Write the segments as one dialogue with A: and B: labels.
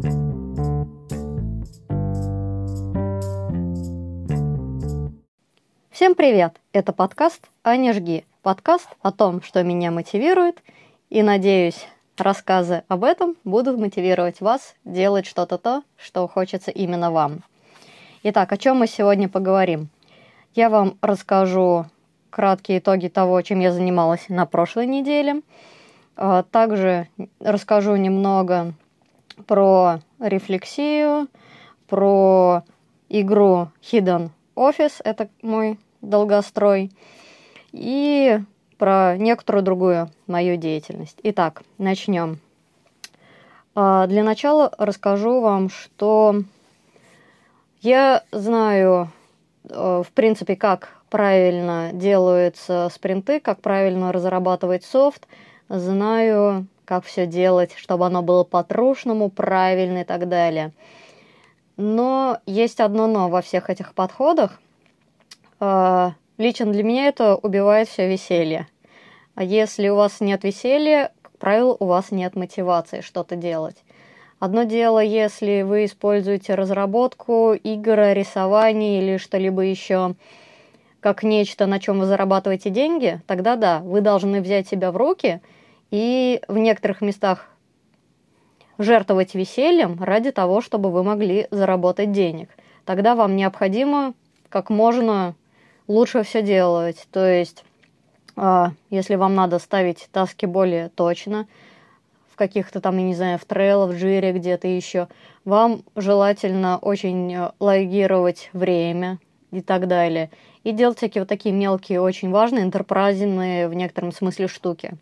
A: Всем привет! Это подкаст «Аня, жги». Подкаст о том, что меня мотивирует, и, надеюсь, рассказы об этом будут мотивировать вас делать что-то то, что хочется именно вам. Итак, о чем мы сегодня поговорим? Я вам расскажу краткие итоги того, чем я занималась на прошлой неделе. Также расскажу немного про рефлексию, про игру Hidden Office, это мой долгострой, и про некоторую другую мою деятельность. Итак, начнем. Для начала расскажу вам, что я знаю, в принципе, как правильно делаются спринты, как правильно разрабатывать софт, знаю, как все делать, чтобы оно было по-трушному, правильно и так далее. Но есть одно «но» во всех этих подходах. Лично для меня это убивает все веселье. А если у вас нет веселья, как правило, у вас нет мотивации что-то делать. Одно дело, если вы используете разработку, игры, рисование или что-либо еще как нечто, на чем вы зарабатываете деньги, тогда да, вы должны взять себя в руки и в некоторых местах жертвовать весельем ради того, чтобы вы могли заработать денег. Тогда вам необходимо как можно лучше все делать. То есть, если вам надо ставить таски более точно, в каких-то там, я не знаю, в Trello, в Jira, где-то еще, вам желательно очень логировать время и так далее. И делать всякие вот такие мелкие, очень важные, интерпрайзные в некотором смысле штуки.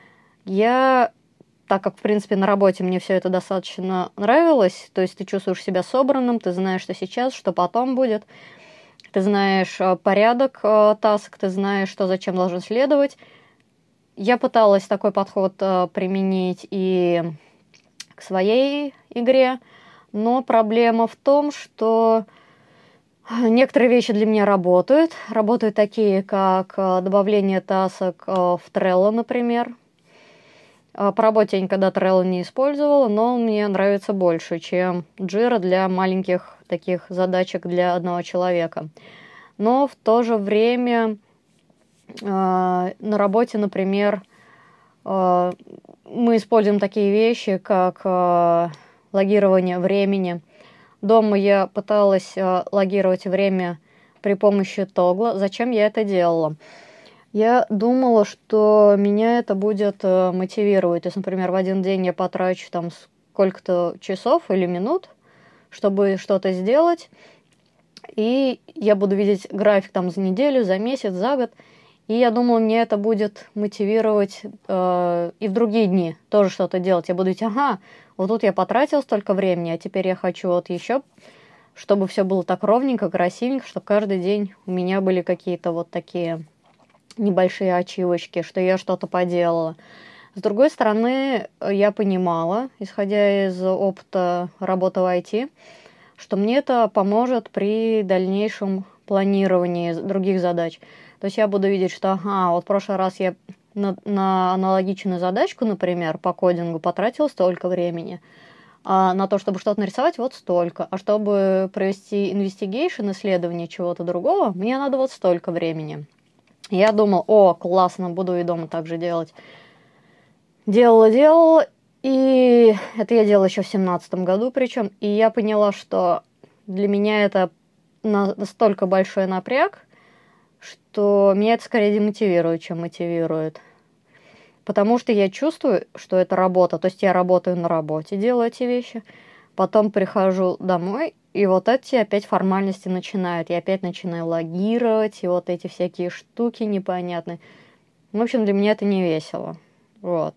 A: Так как, в принципе, на работе мне все это достаточно нравилось, то есть ты чувствуешь себя собранным, ты знаешь, что сейчас, что потом будет, ты знаешь порядок таск, ты знаешь, что зачем должен следовать. Я пыталась такой подход применить и к своей игре, но проблема в том, что некоторые вещи для меня работают. Работают такие, как добавление тасок в Trello, например. По работе я никогда Trello не использовала, но мне нравится больше, чем Jira для маленьких таких задачек для одного человека. Но в то же время на работе, например, мы используем такие вещи, как логирование времени. Дома я пыталась логировать время при помощи тогла. Зачем я это делала? Я думала, что меня это будет мотивировать. То есть, например, в один день я потрачу там сколько-то часов или минут, чтобы что-то сделать, и я буду видеть график там за неделю, за месяц, за год. И я думала, мне это будет мотивировать и в другие дни тоже что-то делать. Я буду говорить, ага, вот тут я потратил столько времени, а теперь я хочу вот еще, чтобы все было так ровненько, красивенько, чтобы каждый день у меня были какие-то вот такие небольшие ачивочки, что я что-то поделала. С другой стороны, я понимала, исходя из опыта работы в IT, что мне это поможет при дальнейшем планировании других задач. То есть я буду видеть, что ага, вот в прошлый раз я на аналогичную задачку, например, по кодингу потратила столько времени, а на то, чтобы что-то нарисовать, вот столько. А чтобы провести investigation, исследование чего-то другого, мне надо вот столько времени. Я думала, о, классно, буду и дома так же делать. Делала, и это я делала еще в 2017 году причем, и я поняла, что для меня это настолько большой напряг, что меня это скорее демотивирует, чем мотивирует. Потому что я чувствую, что это работа. То есть я работаю на работе, делаю эти вещи, потом прихожу домой, и вот эти опять формальности начинают. Я опять начинаю логировать, и вот эти всякие штуки непонятные. В общем, для меня это не весело. Вот.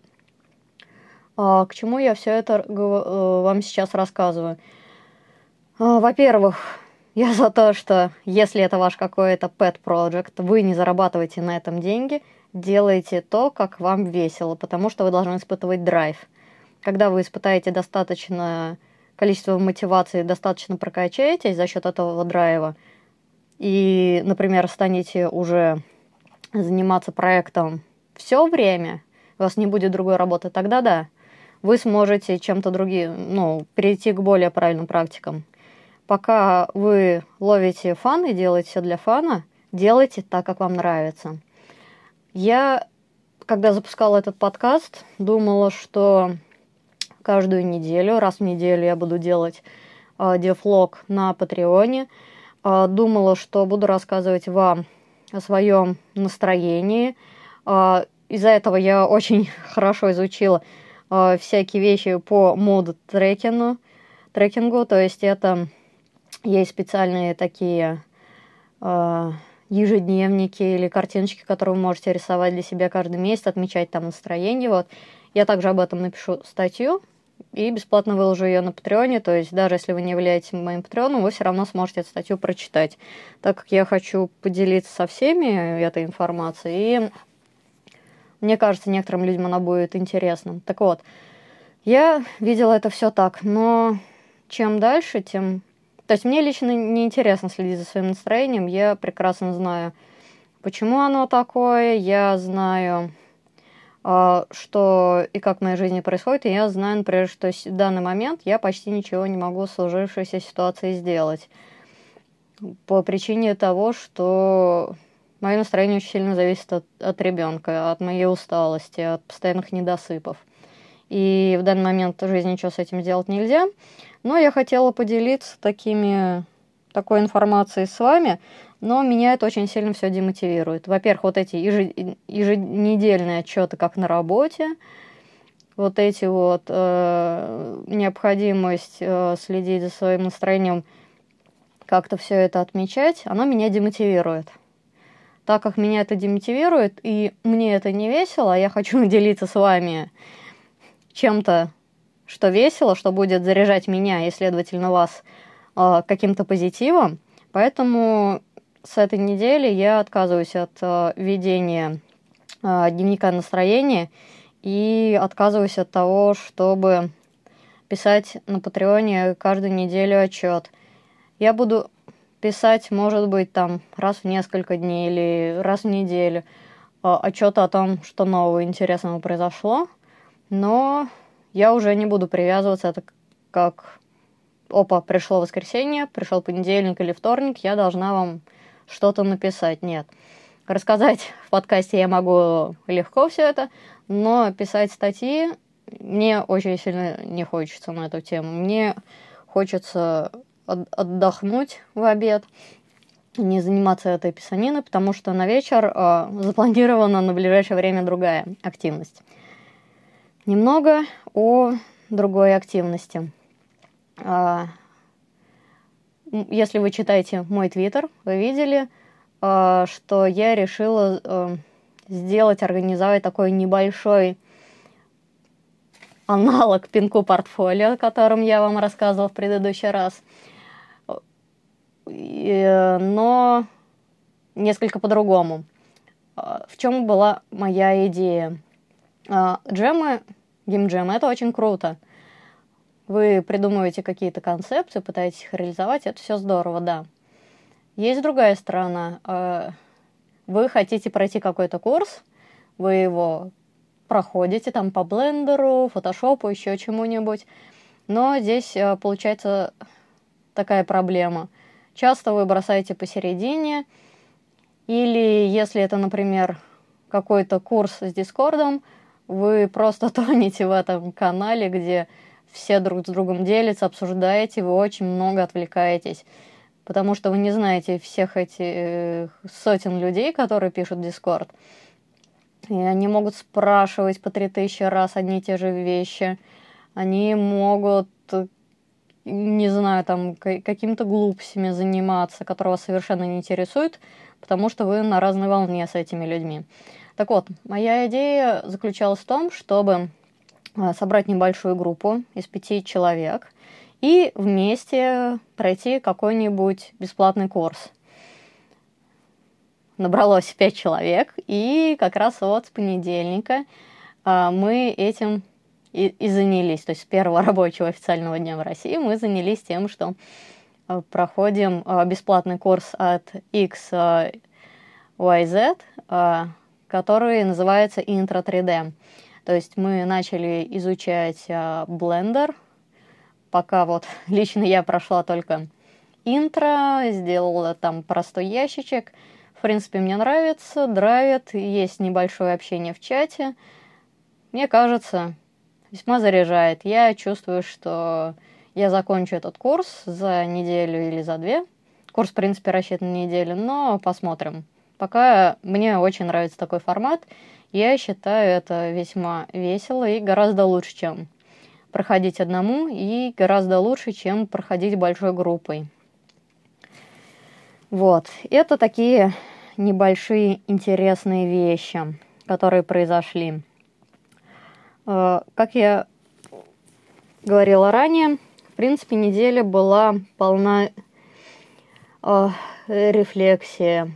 A: К чему я все это вам сейчас рассказываю? Во-первых, я за то, что если это ваш какой-то pet project, вы не зарабатываете на этом деньги, делайте то, как вам весело, потому что вы должны испытывать драйв. Когда вы испытаете достаточное количество мотивации, достаточно прокачаетесь за счет этого драйва, и, например, станете уже заниматься проектом все время, у вас не будет другой работы, тогда да, вы сможете чем-то другим, перейти к более правильным практикам. Пока вы ловите фан и делаете все для фана, делайте так, как вам нравится. Я, когда запускала этот подкаст, думала, что каждую неделю, раз в неделю я буду делать девлог на Патреоне. Думала, что буду рассказывать вам о своем настроении. Из-за этого я очень хорошо изучила всякие вещи по муд-трекингу. То есть это есть специальные такие ежедневники или картиночки, которые вы можете рисовать для себя каждый месяц, отмечать там настроение. Вот. Я также об этом напишу статью и бесплатно выложу ее на Патреоне. То есть даже если вы не являетесь моим Патреоном, вы все равно сможете эту статью прочитать. Так как я хочу поделиться со всеми этой информацией, и мне кажется, некоторым людям она будет интересна. Так вот, я видела это все так, но чем дальше, тем... То есть мне лично не интересно следить за своим настроением. Я прекрасно знаю, почему оно такое. Я знаю, что и как в моей жизни происходит. И я знаю, например, что в данный момент я почти ничего не могу с сложившейся ситуацией сделать. По причине того, что мое настроение очень сильно зависит от ребенка, от моей усталости, от постоянных недосыпов. И в данный момент в жизни ничего с этим сделать нельзя. Но я хотела поделиться такой информацией с вами, но меня это очень сильно все демотивирует. Во-первых, вот эти еженедельные отчеты, как на работе, вот эти вот необходимость следить за своим настроением, как-то все это отмечать, оно меня демотивирует. Так как меня это демотивирует, и мне это не весело, я хочу делиться с вами чем-то, что весело, что будет заряжать меня и, следовательно, вас каким-то позитивом. Поэтому с этой недели я отказываюсь от ведения дневника настроения и отказываюсь от того, чтобы писать на Патреоне каждую неделю отчет. Я буду писать, может быть, там раз в несколько дней или раз в неделю отчеты о том, что нового интересного произошло, но я уже не буду привязываться, это как, пришло воскресенье, пришел понедельник или вторник, я должна вам что-то написать. Нет. Рассказать в подкасте я могу легко все это, но писать статьи мне очень сильно не хочется на эту тему. Мне хочется отдохнуть в обед, не заниматься этой писаниной, потому что на вечер запланирована на ближайшее время другая активность. Немного о другой активности. Если вы читаете мой твиттер, вы видели, что я решила организовать такой небольшой аналог Пинку портфолио, о котором я вам рассказывала в предыдущий раз, но несколько по-другому. В чем была моя идея? Джемы, геймджемы, это очень круто. Вы придумываете какие-то концепции, пытаетесь их реализовать, это все здорово, да. Есть другая сторона. Вы хотите пройти какой-то курс, вы его проходите там по блендеру, фотошопу, еще чему-нибудь, но здесь получается такая проблема. Часто вы бросаете посередине, или если это, например, какой-то курс с Дискордом, вы просто тонете в этом канале, где все друг с другом делятся, обсуждаете, вы очень много отвлекаетесь, потому что вы не знаете всех этих сотен людей, которые пишут в Дискорд. И они могут спрашивать по 3000 раз одни и те же вещи. Они могут, не знаю, там, какими-то глупостями заниматься, которые вас совершенно не интересуют, потому что вы на разной волне с этими людьми. Так вот, моя идея заключалась в том, чтобы собрать небольшую группу из 5 человек и вместе пройти какой-нибудь бесплатный курс. Набралось 5 человек, и как раз вот с понедельника мы этим и занялись. То есть с первого рабочего официального дня в России мы занялись тем, что проходим бесплатный курс от XYZ, который называется Intro 3D. То есть мы начали изучать Blender, пока вот лично я прошла только интро, сделала там простой ящичек. В принципе, мне нравится, драйвит, есть небольшое общение в чате. Мне кажется, весьма заряжает. Я чувствую, что я закончу этот курс за неделю или за 2. Курс, в принципе, рассчитан на неделю, но посмотрим. Пока мне очень нравится такой формат. Я считаю это весьма весело и гораздо лучше, чем проходить одному, и гораздо лучше, чем проходить большой группой. Вот. Это такие небольшие интересные вещи, которые произошли. Как я говорила ранее, в принципе, неделя была полна рефлексии,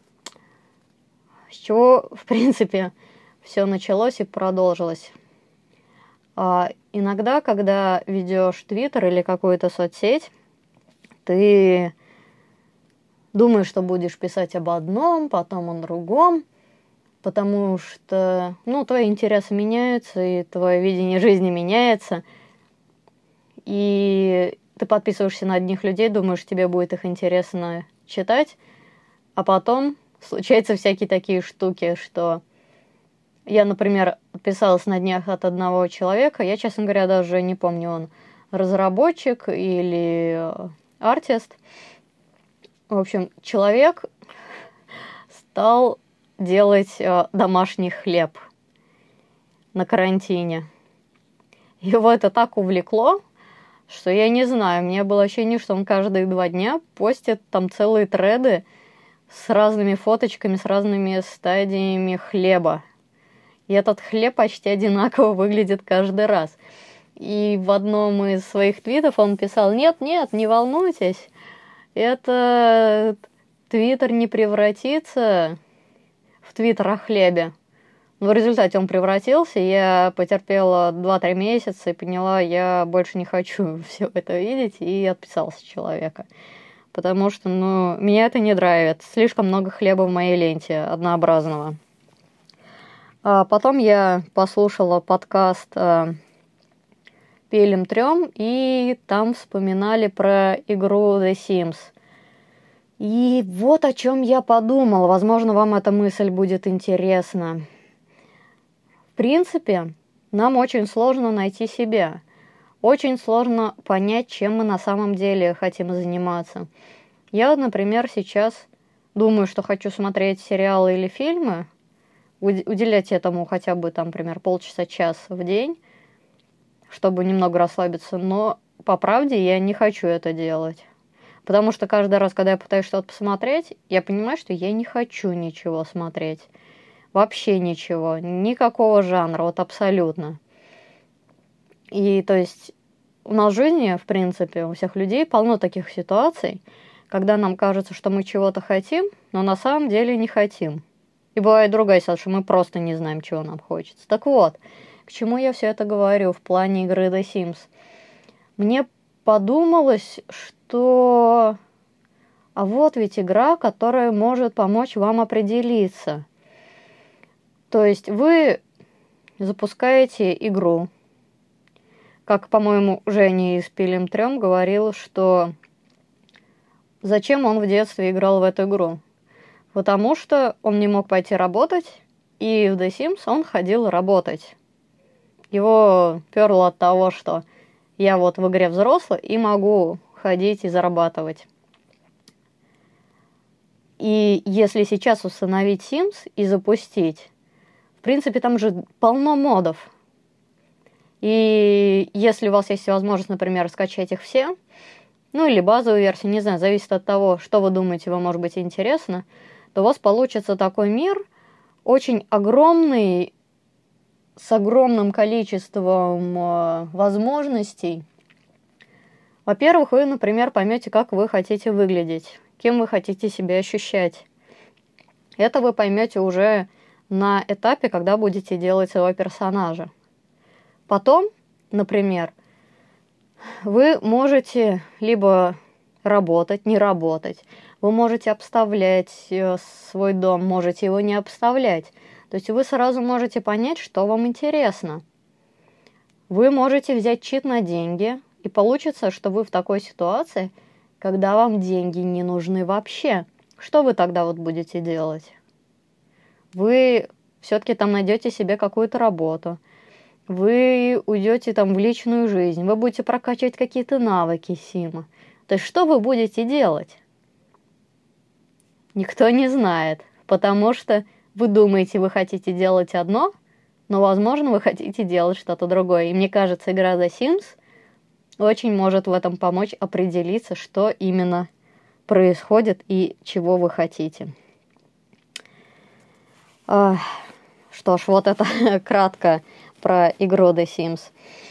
A: с чего, в принципе, все началось и продолжилось. Иногда, когда ведешь Твиттер или какую-то соцсеть, ты думаешь, что будешь писать об одном, потом о другом, потому что, твои интересы меняются, и твое видение жизни меняется, и ты подписываешься на одних людей, думаешь, тебе будет их интересно читать, а потом случаются всякие такие штуки, что я, например, подписалась на днях от одного человека, я, честно говоря, даже не помню, он разработчик или артист. В общем, человек стал делать домашний хлеб на карантине. Его это так увлекло, что я не знаю, у меня было ощущение, что он каждые 2 дня постит там целые треды с разными фоточками, с разными стадиями хлеба. И этот хлеб почти одинаково выглядит каждый раз. И в одном из своих твитов он писал: нет, не волнуйтесь, это Твиттер не превратится в Твиттер о хлебе. Но в результате он превратился, я потерпела 2-3 месяца и поняла, я больше не хочу все это видеть, и отписалась от человека. Потому что, меня это не драйвит. Слишком много хлеба в моей ленте, однообразного. А потом я послушала подкаст «Пилим трём», и там вспоминали про игру The Sims. И вот о чем я подумала. Возможно, вам эта мысль будет интересна. В принципе, нам очень сложно найти себя. Очень сложно понять, чем мы на самом деле хотим заниматься. Я, например, сейчас думаю, что хочу смотреть сериалы или фильмы, уделять этому хотя бы, например, полчаса-час в день, чтобы немного расслабиться, но по правде я не хочу это делать. Потому что каждый раз, когда я пытаюсь что-то посмотреть, я понимаю, что я не хочу ничего смотреть. Вообще ничего, никакого жанра, вот абсолютно. И то есть у нас в жизни, в принципе, у всех людей полно таких ситуаций, когда нам кажется, что мы чего-то хотим, но на самом деле не хотим. И бывает другая ситуация, что мы просто не знаем, чего нам хочется. Так вот, к чему я все это говорю в плане игры The Sims? Мне подумалось, что... А вот ведь игра, которая может помочь вам определиться. То есть вы запускаете игру. Как, по-моему, Женя из «Пилим трём» говорил, что зачем он в детстве играл в эту игру? Потому что он не мог пойти работать, и в The Sims он ходил работать. Его перло от того, что я вот в игре взрослый и могу ходить и зарабатывать. И если сейчас установить Sims и запустить, в принципе, там же полно модов. И если у вас есть возможность, например, скачать их все, или базовую версию, не знаю, зависит от того, что вы думаете, вам может быть интересно, то у вас получится такой мир очень огромный, с огромным количеством возможностей. Во-первых, вы, например, поймете, как вы хотите выглядеть, кем вы хотите себя ощущать. Это вы поймете уже на этапе, когда будете делать своего персонажа. Потом, например, вы можете либо работать, не работать. Вы можете обставлять свой дом, можете его не обставлять. То есть вы сразу можете понять, что вам интересно. Вы можете взять чит на деньги, и получится, что вы в такой ситуации, когда вам деньги не нужны вообще. Что вы тогда вот будете делать? Вы все-таки там найдете себе какую-то работу, вы уйдете там в личную жизнь, вы будете прокачивать какие-то навыки Сима. То есть что вы будете делать? Никто не знает, потому что вы думаете, вы хотите делать одно, но, возможно, вы хотите делать что-то другое. И мне кажется, игра The Sims очень может в этом помочь определиться, что именно происходит и чего вы хотите. Что ж, вот это кратко про игру The Sims.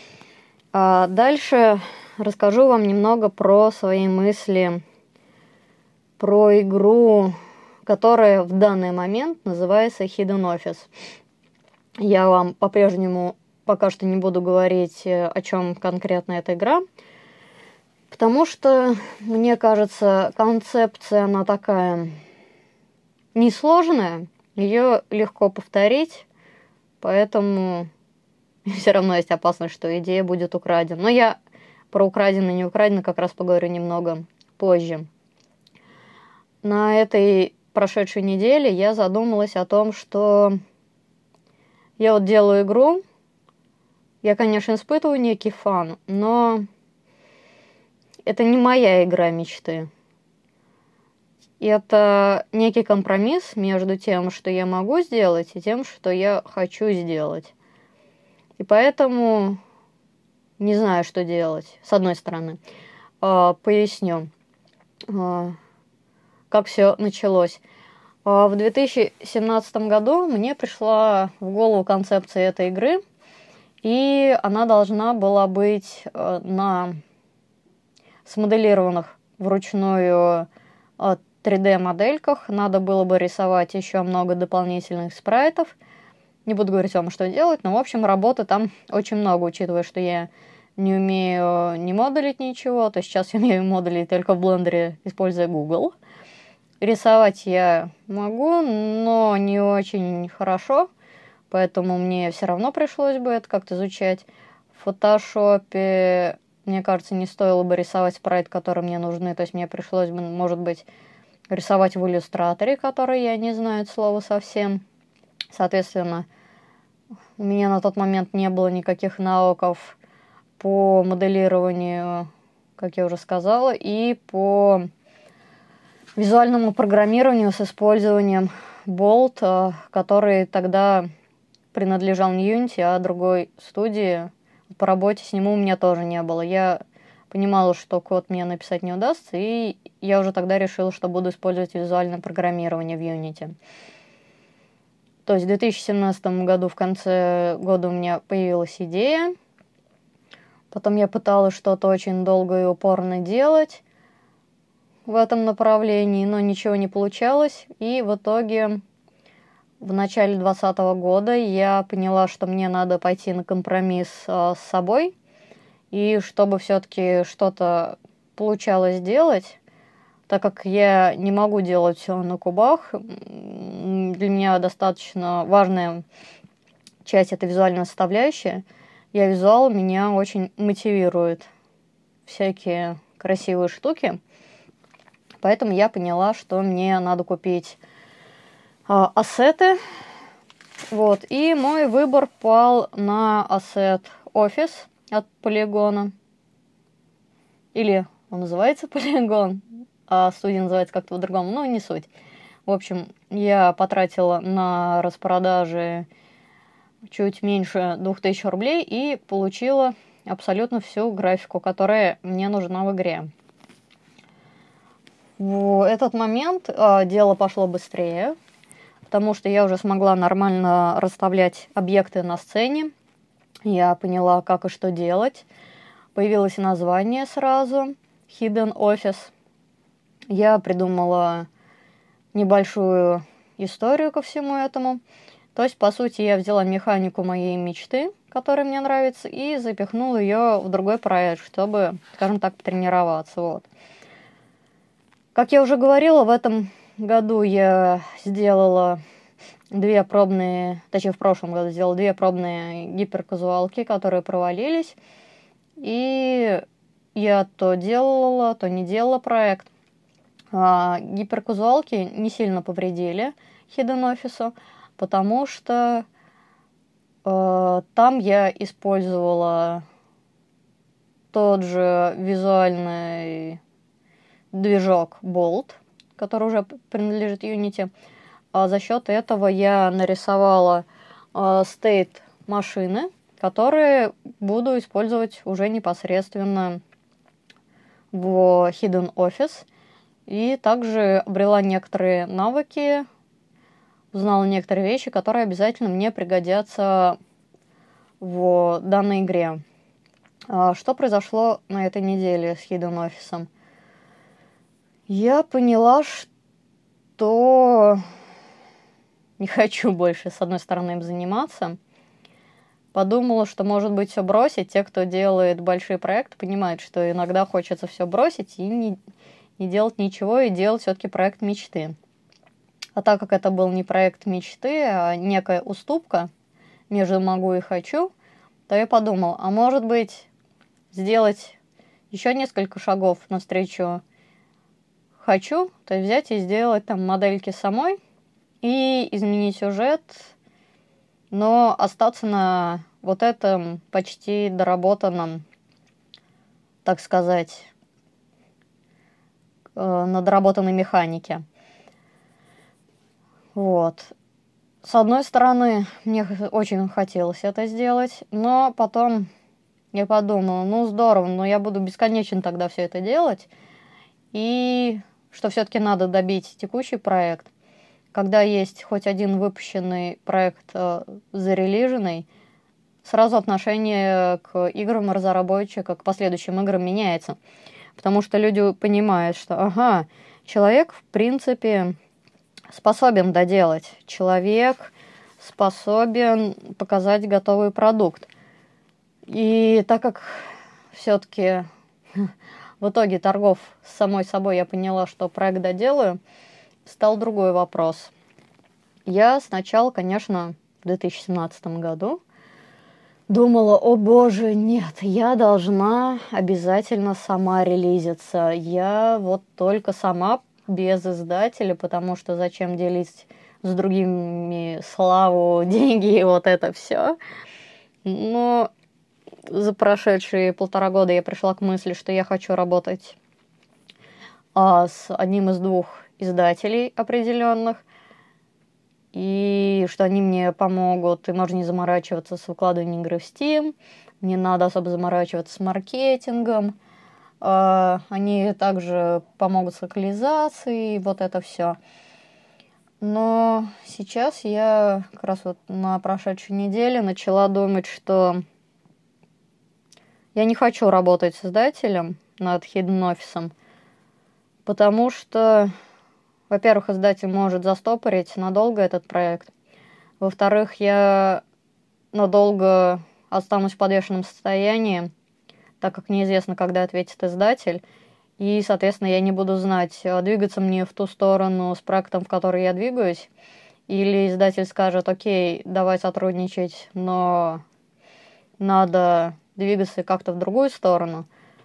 A: Дальше расскажу вам немного про свои мысли про игру, которая в данный момент называется Hidden Office. Я вам по-прежнему пока что не буду говорить, о чем конкретно эта игра, потому что, мне кажется, концепция, она такая несложная, ее легко повторить, поэтому все равно есть опасность, что идея будет украдена. Но я про украдено и не украдено как раз поговорю немного позже. На этой прошедшей неделе я задумалась о том, что я вот делаю игру, я, конечно, испытываю некий фан, но это не моя игра мечты. И это некий компромисс между тем, что я могу сделать, и тем, что я хочу сделать. И поэтому не знаю, что делать, с одной стороны. Поясню, как все началось. В 2017 году мне пришла в голову концепция этой игры, и она должна была быть на смоделированных вручную 3D-модельках. Надо было бы рисовать еще много дополнительных спрайтов. Не буду говорить вам, что делать, но, в общем, работы там очень много, учитывая, что я не умею не моделить ничего. То есть сейчас я умею моделить только в блендере, используя Google. Рисовать я могу, но не очень хорошо, поэтому мне все равно пришлось бы это как-то изучать. В фотошопе, мне кажется, не стоило бы рисовать спрайт, которые мне нужны, то есть мне пришлось бы, может быть, рисовать в иллюстраторе, который я не знаю это слово совсем. Соответственно, у меня на тот момент не было никаких навыков по моделированию, как я уже сказала, и по визуальному программированию с использованием Bolt, который тогда принадлежал Unity, а другой студии. По работе с ним у меня тоже не было. Я понимала, что код мне написать не удастся, и я уже тогда решила, что буду использовать визуальное программирование в Unity. То есть в 2017 году, в конце года, у меня появилась идея. Потом я пыталась что-то очень долго и упорно делать в этом направлении, но ничего не получалось. И в итоге в начале 2020 года я поняла, что мне надо пойти на компромисс с собой. И чтобы все-таки что-то получалось делать, так как я не могу делать все на кубах, для меня достаточно важная часть — это визуальная составляющая. Визуал меня очень мотивирует, всякие красивые штуки. Поэтому я поняла, что мне надо купить ассеты. Вот. И мой выбор пал на ассет Office от Polygon. Или он называется Polygon, а студия называется как-то по-другому. Ну, не суть. В общем, я потратила на распродаже чуть меньше 2000 рублей и получила абсолютно всю графику, которая мне нужна в игре. В этот момент дело пошло быстрее, потому что я уже смогла нормально расставлять объекты на сцене. Я поняла, как и что делать. Появилось название сразу — Hidden Office. Я придумала небольшую историю ко всему этому. То есть, по сути, я взяла механику моей мечты, которая мне нравится, и запихнула ее в другой проект, чтобы, скажем так, потренироваться. Вот. Как я уже говорила, в этом году я сделала две пробные, точнее, в прошлом году сделал две пробные гиперказуалки, которые провалились. И я то делала, то не делала проект. Гиперказуалки не сильно повредили Hidden Office, потому что там я использовала тот же визуальный движок Bolt, который уже принадлежит Unity. За счет этого я нарисовала state машины, которые буду использовать уже непосредственно в Hidden Office. И также обрела некоторые навыки, узнала некоторые вещи, которые обязательно мне пригодятся в данной игре. Что произошло на этой неделе с Hidden Office? Я поняла, что не хочу больше, с одной стороны, им заниматься. Подумала, что, может быть, все бросить. Те, кто делает большие проекты, понимают, что иногда хочется все бросить и не делать ничего, и делать все-таки проект мечты. А так как это был не проект мечты, а некая уступка между могу и хочу, то я подумала, а может быть, сделать еще несколько шагов навстречу хочу, то есть взять и сделать там модельки самой и изменить сюжет, но остаться на вот этом почти доработанном, так сказать, на доработанной механике. Вот. С одной стороны, мне очень хотелось это сделать, но потом я подумала, ну здорово, но я буду бесконечно тогда все это делать, и что все-таки надо добить текущий проект. Когда есть хоть один выпущенный проект зарелиженный, сразу отношение к играм разработчика, к последующим играм меняется. Потому что люди понимают, что, человек, в принципе, способен доделать. Человек способен показать готовый продукт. И так как все-таки в итоге торгов с самой собой я поняла, что проект доделаю, стал другой вопрос. Я сначала, конечно, в 2017 году думала, о боже, нет, я должна обязательно сама релизиться. Я вот только сама, без издателя, потому что зачем делить с другими славу, деньги и вот это все. Но за прошедшие 1,5 года я пришла к мысли, что я хочу работать с одним из двух издателей определенных, и что они мне помогут, и можно не заморачиваться с выкладыванием игры в Steam, не надо особо заморачиваться с маркетингом, они также помогут с локализацией, вот это все. Но сейчас я как раз вот на прошедшей неделе начала думать, что я не хочу работать с издателем над Hidden Office, потому что, во-первых, издатель может застопорить надолго этот проект. Во-вторых, я надолго останусь в подвешенном состоянии, так как неизвестно, когда ответит издатель. И, соответственно, я не буду знать, двигаться мне в ту сторону с проектом, в который я двигаюсь, или издатель скажет, окей, давай сотрудничать, но надо двигаться как-то в другую сторону.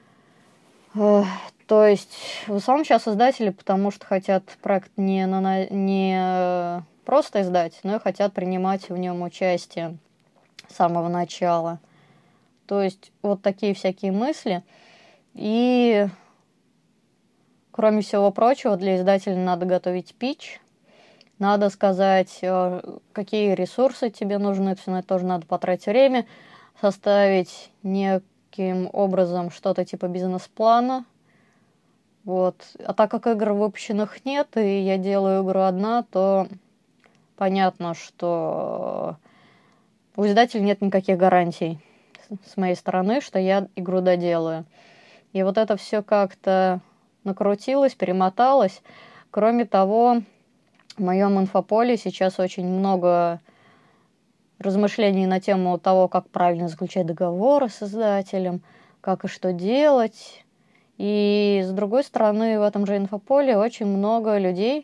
A: То есть в основном сейчас издатели, потому что хотят проект не просто издать, но и хотят принимать в нем участие с самого начала. То есть вот такие всякие мысли. И, кроме всего прочего, для издателя надо готовить питч, надо сказать, какие ресурсы тебе нужны, все на это тоже надо потратить время, составить неким образом что-то типа бизнес-плана. Вот. А так как игр выпущенных нет, и я делаю игру одна, то понятно, что у издателя нет никаких гарантий с моей стороны, что я игру доделаю. И вот это все как-то накрутилось, перемоталось. Кроме того, в моем инфополе сейчас очень много размышлений на тему того, как правильно заключать договоры с издателем, как и что делать. И, с другой стороны, в этом же инфополе очень много людей,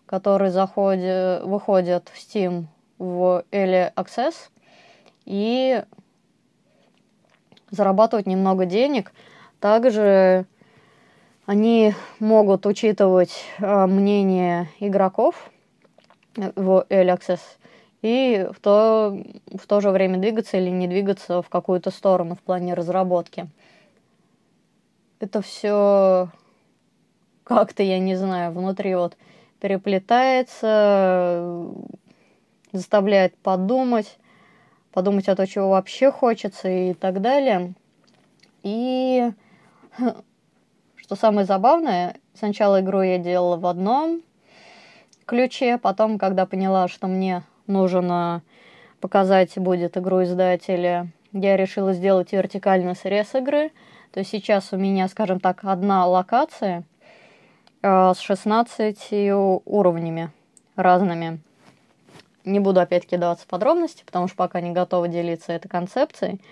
A: которые выходят в Steam в Early Access и зарабатывать немного денег. Также они могут учитывать мнение игроков в Early Access и в то же время двигаться или не двигаться в какую-то сторону в плане разработки. Это все как-то, я не знаю, внутри вот переплетается, заставляет подумать о том, чего вообще хочется и так далее. И что самое забавное, сначала игру я делала в одном ключе, потом, когда поняла, что мне нужно показать будет игру издателя, я решила сделать вертикальный срез игры. То есть сейчас у меня, скажем так, одна локация с 16 уровнями разными. Не буду опять кидаться в подробности, потому что пока не готова делиться этой концепцией.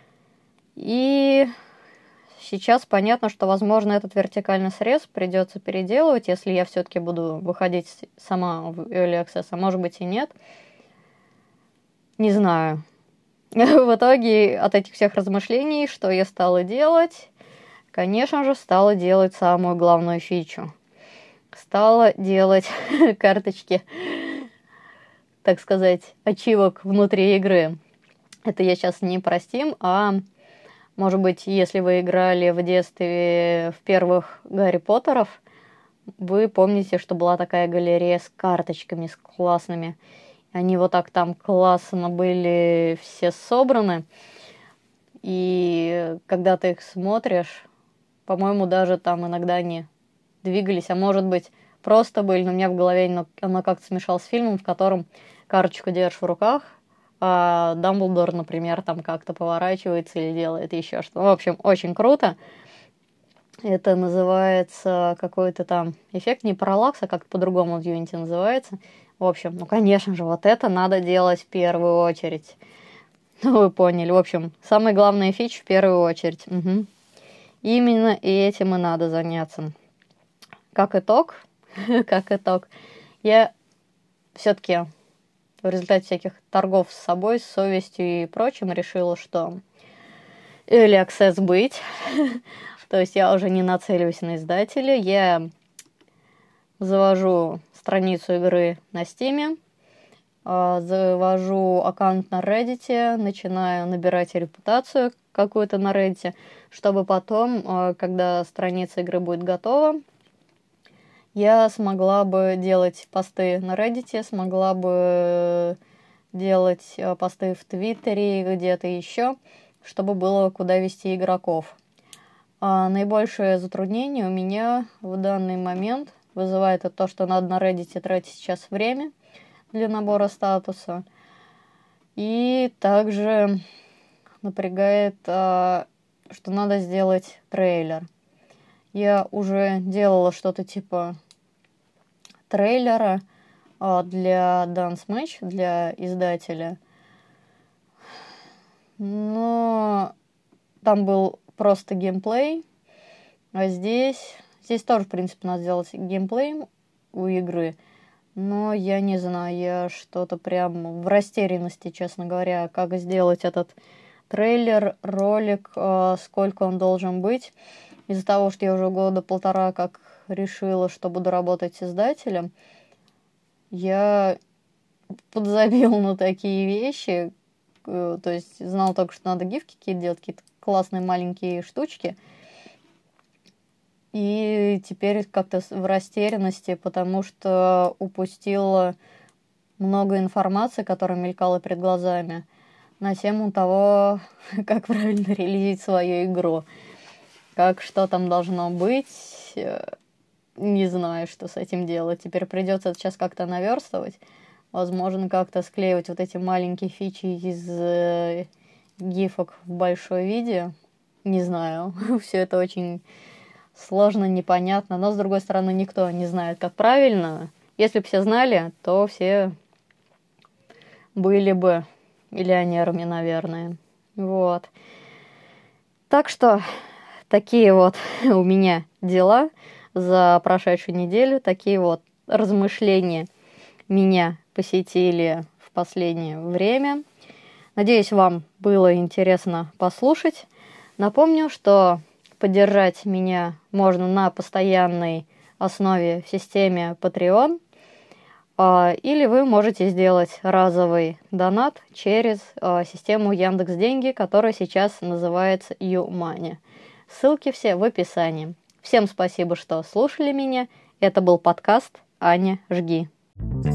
A: И сейчас понятно, что, возможно, этот вертикальный срез придется переделывать, если я все-таки буду выходить сама в Early Access, а может быть и нет. Не знаю. В итоге от этих всех размышлений, что я стала делать? Конечно же, стала делать самую главную фичу. Стала делать карточки, так сказать, ачивок внутри игры. Это я сейчас не про Steam, а, может быть, если вы играли в детстве в первых Гарри Поттеров, вы помните, что была такая галерея с карточками, с классными. Они вот так там классно были все собраны. И когда ты их смотришь, по-моему, даже там иногда они двигались, а может быть, просто были, но у меня в голове оно как-то смешалось с фильмом, в котором карточку держишь в руках, а Дамблдор, например, там как-то поворачивается или делает еще что-то. В общем, очень круто. Это называется какой-то там эффект, не параллакс, а как-то по-другому в Unity называется. В общем, ну, конечно же, вот это надо делать в первую очередь. Ну, вы поняли. В общем, самая главная фича в первую очередь. Угу. Именно и этим и надо заняться. Как итог, я все-таки в результате всяких торгов с собой, с совестью и прочим решила, что Early Access быть. То есть я уже не нацеливаюсь на издателя. Я завожу страницу игры на Steam, завожу аккаунт на Reddit, начинаю набирать репутацию какую-то на Reddit, чтобы потом, когда страница игры будет готова, я смогла бы делать посты на Reddit, смогла бы делать посты в Твиттере, где-то еще, чтобы было куда вести игроков. Наибольшее затруднение у меня в данный момент вызывает это то, что надо на Reddit тратить сейчас время для набора статуса. И также напрягает, что надо сделать трейлер. Я уже делала что-то типа трейлера для Dance Match, для издателя. Но там был просто геймплей. А здесь тоже, в принципе, надо сделать геймплей у игры. Но я не знаю, я что-то прям в растерянности, честно говоря, как сделать этот трейлер, ролик, сколько он должен быть. Из-за того, что я уже года полтора как решила, что буду работать с издателем, я подзабила на такие вещи. То есть знала только, что надо гифки какие-то делать, какие-то классные маленькие штучки. И теперь как-то в растерянности, потому что упустила много информации, которая мелькала перед глазами, на тему того, как правильно реализовать свою игру. Как, что там должно быть. Не знаю, что с этим делать. Теперь придется это сейчас как-то наверстывать. Возможно, как-то склеивать вот эти маленькие фичи из гифок в большое видео. Не знаю. Все это очень сложно, непонятно. Но, с другой стороны, никто не знает, как правильно. Если бы все знали, то все были бы миллионерами, наверное. Вот. Так что такие вот у меня дела за прошедшую неделю. Такие вот размышления меня посетили в последнее время. Надеюсь, вам было интересно послушать. Напомню, что поддержать меня можно на постоянной основе в системе Patreon, или вы можете сделать разовый донат через систему Яндекс.Деньги, которая сейчас называется YouMoney. Ссылки все в описании. Всем спасибо, что слушали меня. Это был подкаст «Аня, жги».